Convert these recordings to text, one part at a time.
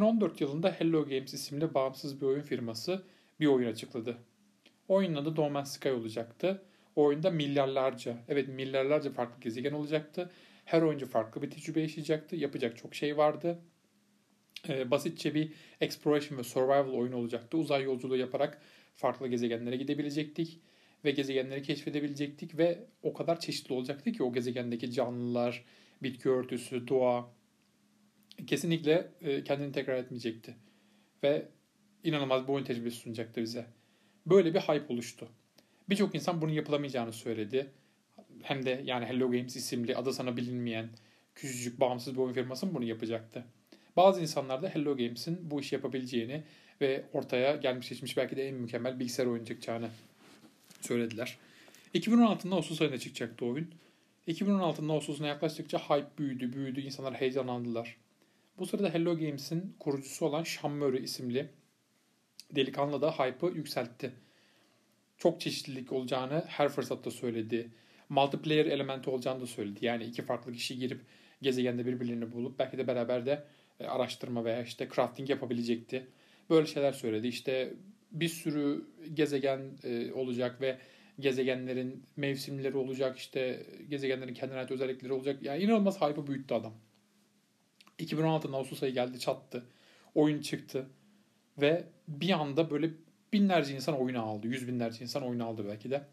2014 yılında Hello Games isimli bağımsız bir oyun firması bir oyun açıkladı. Oyunun adı No Man's Sky olacaktı. O oyunda milyarlarca farklı gezegen olacaktı. Her oyuncu farklı bir tecrübe yaşayacaktı. Yapacak çok şey vardı. Basitçe bir exploration ve survival oyunu olacaktı. Uzay yolculuğu yaparak farklı gezegenlere gidebilecektik ve gezegenleri keşfedebilecektik ve o kadar çeşitli olacaktı ki o gezegendeki canlılar, bitki örtüsü, doğa kesinlikle kendini tekrar etmeyecekti ve inanılmaz bir oyun tecrübesi sunacaktı bize. Böyle bir hype oluştu. Birçok insan bunun yapılamayacağını söyledi. Hem de yani Hello Games isimli adı sana bilinmeyen küçücük bağımsız bir oyun firması bunu yapacaktı. Bazı insanlar da Hello Games'in bu işi yapabileceğini ve ortaya gelmiş geçmiş belki de en mükemmel bilgisayar oyunu çıkacağını söylediler. 2016'nın Ağustos ayında çıkacaktı oyun. 2016'nın Ağustos'una yaklaştıkça hype büyüdü, insanlar heyecanlandılar. Bu sırada Hello Games'in kurucusu olan Sean Murray isimli delikanlı da hype'ı yükseltti. Çok çeşitlilik olacağını her fırsatta söyledi. Multiplayer elementi olacağını da söyledi. Yani iki farklı kişi girip gezegende birbirlerini bulup belki de beraber de araştırma veya işte crafting yapabilecekti. Böyle şeyler söyledi. İşte bir sürü gezegen olacak ve gezegenlerin mevsimleri olacak. İşte gezegenlerin kendine ait özellikleri olacak. Yani inanılmaz hype'ı büyüttü adam. 2016'nın Ağustos ayı geldi çattı. Oyun çıktı. Ve bir anda böyle binlerce insan oyunu aldı. Yüz binlerce insan oyunu aldı belki de.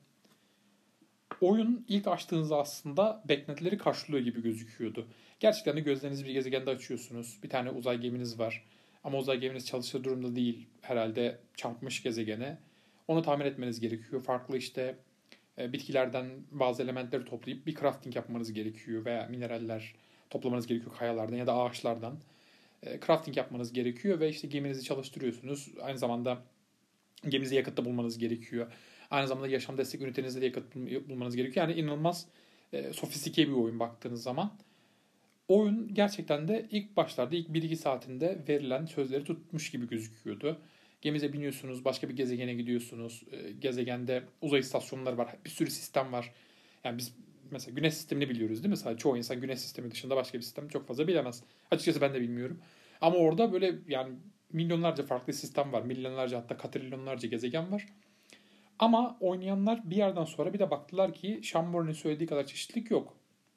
Oyun ilk açtığınızda aslında beklentileri karşılıyor gibi gözüküyordu. Gerçekten de gözlerinizi bir gezegende açıyorsunuz. Bir tane uzay geminiz var. Ama uzay geminiz çalışır durumda değil. Herhalde çarpmış gezegene. Onu tamir etmeniz gerekiyor. Farklı işte bitkilerden bazı elementleri toplayıp bir crafting yapmanız gerekiyor. Veya mineraller toplamanız gerekiyor kayalardan ya da ağaçlardan. Crafting yapmanız gerekiyor ve işte geminizi çalıştırıyorsunuz. Aynı zamanda geminize yakıt da bulmanız gerekiyor. Aynı zamanda yaşam destek ünitenizde de yakıt bulmanız gerekiyor. Yani inanılmaz sofistike bir oyun baktığınız zaman. Oyun gerçekten de ilk başlarda ilk 1-2 saatinde verilen sözleri tutmuş gibi gözüküyordu. Gemize biniyorsunuz, başka bir gezegene gidiyorsunuz. Gezegende uzay istasyonları var, bir sürü sistem var. Yani biz mesela güneş sistemini biliyoruz değil mi? Sadece çoğu insan güneş sistemi dışında başka bir sistem çok fazla bilemez. Açıkçası ben de bilmiyorum. Ama orada böyle yani milyonlarca farklı sistem var. Milyonlarca hatta katrilyonlarca gezegen var. Ama oynayanlar bir yerden sonra bir de baktılar ki Shambor'un söylediği kadar çeşitlilik yok.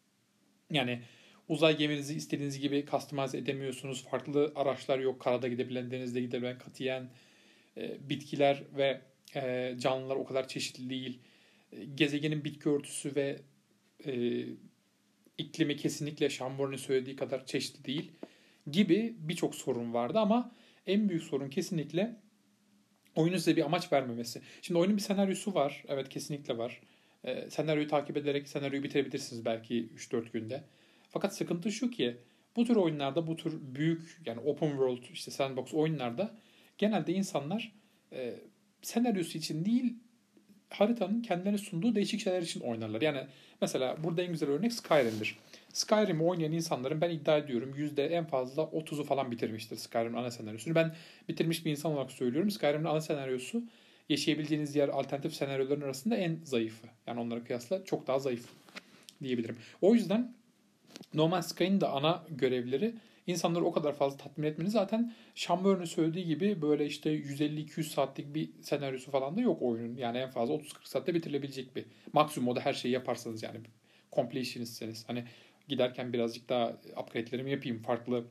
Yani uzay geminizi istediğiniz gibi customize edemiyorsunuz. Farklı araçlar yok. Karada gidebilen, denizde gidebilen, katiyen bitkiler ve canlılar o kadar çeşitli değil. Gezegenin bitki örtüsü ve e, iklimi kesinlikle Shambor'un söylediği kadar çeşitli değil gibi birçok sorun vardı ama en büyük sorun kesinlikle oyunun size bir amaç vermemesi. Şimdi oyunun bir senaryosu var. Evet kesinlikle var. Senaryoyu takip ederek senaryoyu bitirebilirsiniz belki 3-4 günde. Fakat sıkıntı şu ki bu tür oyunlarda bu tür büyük yani open world işte sandbox oyunlarda genelde insanlar e, senaryosu için değil haritanın kendilerine sunduğu değişik şeyler için oynarlar. Yani mesela burada en güzel örnek Skyrim'dir. Skyrim'i oynayan insanların ben iddia ediyorum yüzde en fazla 30'u falan bitirmiştir Skyrim'in ana senaryosunu. Ben bitirmiş bir insan olarak söylüyorum. Skyrim'in ana senaryosu yaşayabileceğiniz diğer alternatif senaryoların arasında en zayıfı. Yani onlara kıyasla çok daha zayıf diyebilirim. O yüzden No Man's Sky'ın da ana görevleri insanları o kadar fazla tatmin etmeni. Zaten Chamberlain'in söylediği gibi böyle işte 150-200 saatlik bir senaryosu falan da yok oyunun. Yani en fazla 30-40 saatte bitirilebilecek bir. Maksimum o da her şeyi yaparsanız yani completionistseniz. Hani giderken birazcık daha upgrade'lerimi yapayım. Farklı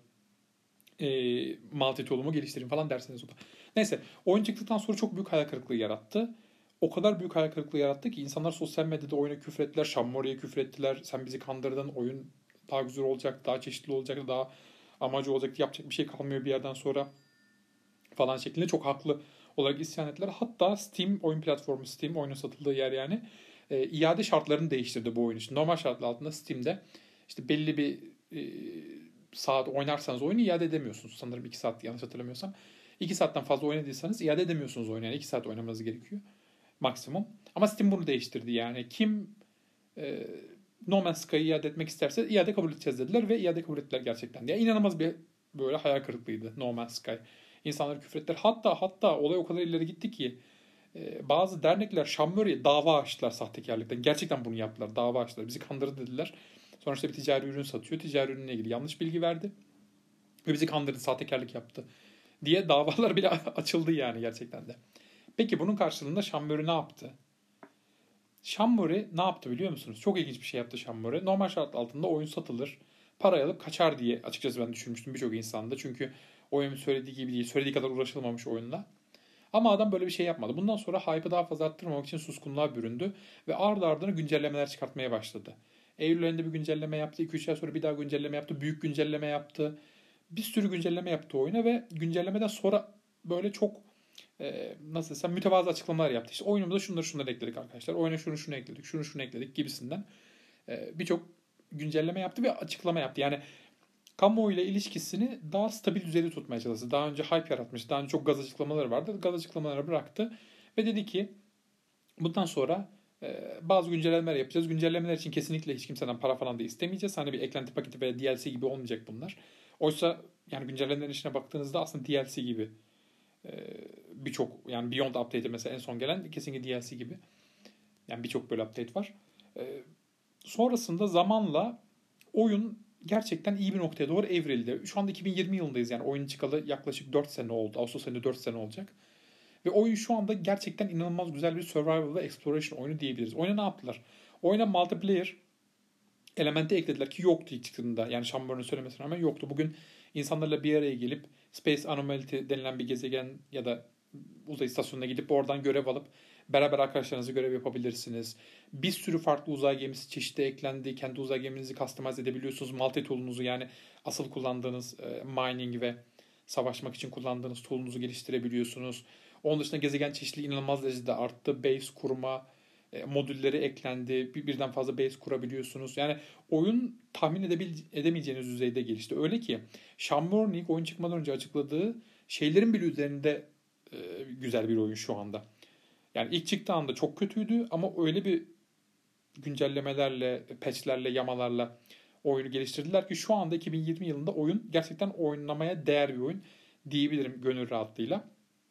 multi tool'umu geliştireyim falan derseniz o da. Neyse oyun çıktıktan sonra çok büyük hayal kırıklığı yarattı. O kadar büyük hayal kırıklığı yarattı ki insanlar sosyal medyada oyuna küfrettiler. Shamori'ye küfrettiler. Sen bizi kandırdın. Oyun daha güzel olacak, daha çeşitli olacak, daha amacı olacak, yapacak bir şey kalmıyor bir yerden sonra falan şeklinde çok haklı olarak isyan ettiler. Hatta Steam oyun platformu, Steam oyunun satıldığı yer yani iade şartlarını değiştirdi bu oyun için. Normal şartlar altında Steam'de işte belli bir saat oynarsanız oyunu iade edemiyorsunuz. Sanırım 2 saat yanlış hatırlamıyorsam. 2 saatten fazla oynadıysanız iade edemiyorsunuz oyunu. Yani 2 saat oynamanız gerekiyor maksimum. Ama Steam bunu değiştirdi yani. Kim No Man's Sky'ı iade etmek isterse iade kabul edeceğiz dediler ve iade kabul ettiler gerçekten. Yani inanılmaz bir böyle hayal kırıklığıydı No Man's Sky. İnsanlar küfrettiler. Hatta olay o kadar ileri gitti ki bazı dernekler Şamböre'ye dava açtılar sahtekarlıktan. Gerçekten bunu yaptılar. Dava açtılar. Bizi kandırdı dediler. Sonuçta bir ticari ürün satıyor. Ticari ürünle ilgili yanlış bilgi verdi. Ve bizi kandırdı, sahtekarlık yaptı diye davalar bile açıldı yani gerçekten de. Peki bunun karşılığında Shamrory ne yaptı? Shamrory ne yaptı biliyor musunuz? Çok ilginç bir şey yaptı Shamrory. Normal şartlar altında oyun satılır, parayı alıp kaçar diye açıkçası ben düşünmüştüm birçok insanda. Çünkü oyun söylediği gibi değil, söylediği kadar uğraşılmamış oyunla. Ama adam böyle bir şey yapmadı. Bundan sonra hype'ı daha fazla arttırmamak için suskunluğa büründü ve ardı ardına güncellemeler çıkartmaya başladı. Eylül ayında bir güncelleme yaptı, 2-3 ay sonra bir daha güncelleme yaptı, büyük güncelleme yaptı. Bir sürü güncelleme yaptı oyuna ve güncellemeden sonra böyle çok nasıl desem mütevazı açıklamalar yaptı. İşte oyunumuza şunları ekledik arkadaşlar. Oyuna şunu ekledik, şunu ekledik gibisinden birçok güncelleme yaptı ve açıklama yaptı. Yani kamuoyuyla ilişkisini daha stabil düzeyde tutmaya çalıştı. Daha önce hype yaratmış. Daha önce çok gaz açıklamaları vardı. Gaz açıklamaları bıraktı ve dedi ki bundan sonra bazı güncellemeler yapacağız. Güncellemeler için kesinlikle hiç kimseden para falan da istemeyeceğiz. Hani bir eklenti paketi veya DLC gibi olmayacak bunlar. Oysa yani güncellemelerin içine baktığınızda aslında DLC gibi birçok yani Beyond Update'e mesela en son gelen kesinlikle DLC gibi. Yani birçok böyle update var. Sonrasında zamanla oyun gerçekten iyi bir noktaya doğru evrildi. Şu anda 2020 yılındayız yani oyun çıkalı yaklaşık 4 sene oldu. Ağustos ayında 4 sene olacak. Ve oyun şu anda gerçekten inanılmaz güzel bir survival ve exploration oyunu diyebiliriz. Oyuna ne yaptılar? Oyuna multiplayer elementi eklediler ki yoktu ilk çıktığında. Yani Shamrory'nin söylemesine rağmen yoktu. Bugün insanlarla bir araya gelip Space Anomaly denilen bir gezegen ya da uzay istasyonuna gidip oradan görev alıp beraber arkadaşlarınızla görev yapabilirsiniz. Bir sürü farklı uzay gemisi çeşidi eklendi. Kendi uzay geminizi customize edebiliyorsunuz. Multi tool'unuzu yani asıl kullandığınız mining ve savaşmak için kullandığınız tool'unuzu geliştirebiliyorsunuz. Onun dışında gezegen çeşitliliği inanılmaz derecede arttı. Base kurma modülleri eklendi. Birden fazla base kurabiliyorsunuz. Yani oyun tahmin edemeyeceğiniz düzeyde gelişti. Öyle ki Shamrory oyun çıkmadan önce açıkladığı şeylerin bile üzerinde güzel bir oyun şu anda. Yani ilk çıktığı anda çok kötüydü ama öyle bir güncellemelerle, patchlerle, yamalarla oyunu geliştirdiler ki şu anda 2020 yılında oyun gerçekten oynamaya değer bir oyun diyebilirim gönül rahatlığıyla.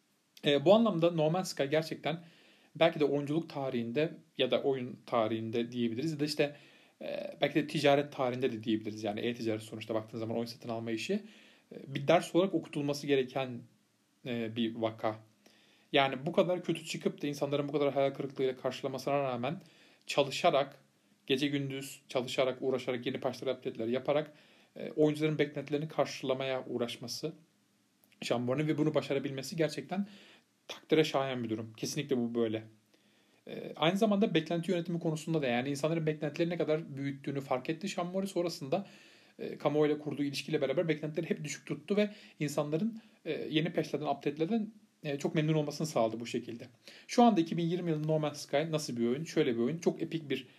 Bu anlamda No Man's Sky gerçekten belki de oyunculuk tarihinde ya da oyun tarihinde diyebiliriz ya da işte belki de ticaret tarihinde de diyebiliriz. Yani e-ticaret sonuçta baktığınız zaman oyun satın alma işi bir ders olarak okutulması gereken bir vaka. Yani bu kadar kötü çıkıp da insanların bu kadar hayal kırıklığıyla karşılamasına rağmen çalışarak, gece gündüz çalışarak, uğraşarak, yeni patchler, update'ler yaparak oyuncuların beklentilerini karşılamaya uğraşması Shamrory'nin ve bunu başarabilmesi gerçekten takdire şayan bir durum. Kesinlikle bu böyle. Aynı zamanda beklenti yönetimi konusunda da yani insanların beklentileri ne kadar büyüttüğünü fark etti. Shamrory sonrasında kamuoyuyla kurduğu ilişkiyle beraber beklentileri hep düşük tuttu ve insanların yeni patchlerden, update'lerden çok memnun olmasını sağladı bu şekilde. Şu anda 2020 yılında No Man's Sky nasıl bir oyun? Şöyle bir oyun. Çok epik bir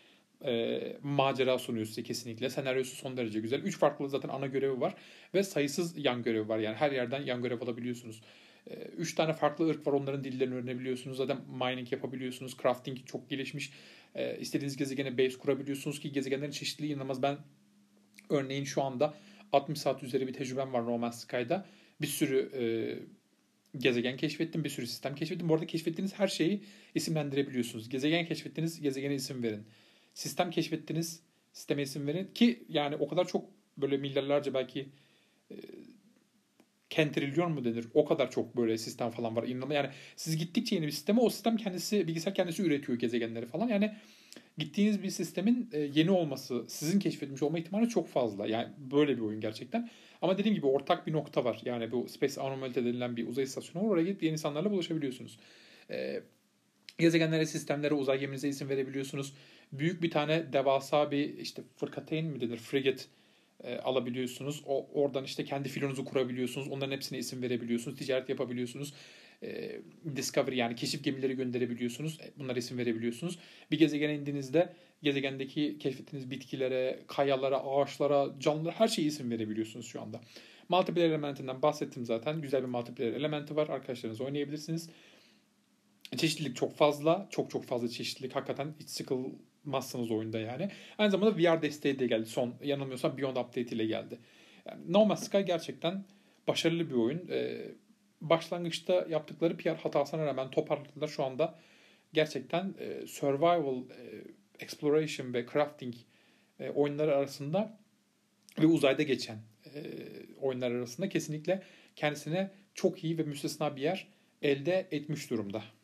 macera sunuyor size kesinlikle. Senaryosu son derece güzel. 3 farklı zaten ana görevi var ve sayısız yan görevi var. Yani her yerden yan görev alabiliyorsunuz. 3 tane farklı ırk var. Onların dillerini öğrenebiliyorsunuz. Zaten mining yapabiliyorsunuz. Crafting çok gelişmiş. İstediğiniz gezegene base kurabiliyorsunuz ki gezegenlerin çeşitliliği inanılmaz. Ben örneğin şu anda 60 saat üzeri bir tecrübem var No Man's Sky'da. Bir sürü gezegen keşfettim, bir sürü sistem keşfettim. Bu arada keşfettiğiniz her şeyi isimlendirebiliyorsunuz. Gezegen keşfettiniz, gezegene isim verin. Sistem keşfettiniz, sisteme isim verin. Ki yani o kadar çok böyle milyarlarca belki e, kentrilyon mu denir? O kadar çok böyle sistem falan var. İnanılmaz. Yani siz gittikçe yeni bir sisteme o sistem kendisi, bilgisayar kendisi üretiyor gezegenleri falan. Yani gittiğiniz bir sistemin yeni olması, sizin keşfetmiş olma ihtimali çok fazla. Yani böyle bir oyun gerçekten. Ama dediğim gibi ortak bir nokta var. Yani bu Space Anomaly denilen bir uzay istasyonu var. Oraya gidip yeni insanlarla buluşabiliyorsunuz. E, Gezegenlere, sistemlere, uzay geminize isim verebiliyorsunuz. Büyük bir tane devasa bir işte fırkateyn mi denir, frigate alabiliyorsunuz. Oradan işte kendi filonuzu kurabiliyorsunuz. Onların hepsine isim verebiliyorsunuz. Ticaret yapabiliyorsunuz. Discovery yani keşif gemileri gönderebiliyorsunuz. Bunlara isim verebiliyorsunuz. Bir gezegene indiğinizde gezegendeki keşfettiğiniz bitkilere, kayalara, ağaçlara, canlılara her şeye isim verebiliyorsunuz şu anda. Multiplayer elementinden bahsettim zaten. Güzel bir multiplayer elementi var. Arkadaşlarınızla oynayabilirsiniz. Çeşitlilik çok fazla. Çok çok fazla çeşitlilik. Hakikaten hiç sıkılmazsınız oyunda yani. Aynı zamanda VR desteği de geldi. Son yanılmıyorsam Beyond Update ile geldi. Yani No Man's Sky gerçekten başarılı bir oyun. Başlangıçta yaptıkları PR hatasına rağmen toparladılar. Şu anda gerçekten survival, exploration ve crafting oyunları arasında ve uzayda geçen oyunlar arasında kesinlikle kendisine çok iyi ve müstesna bir yer elde etmiş durumda.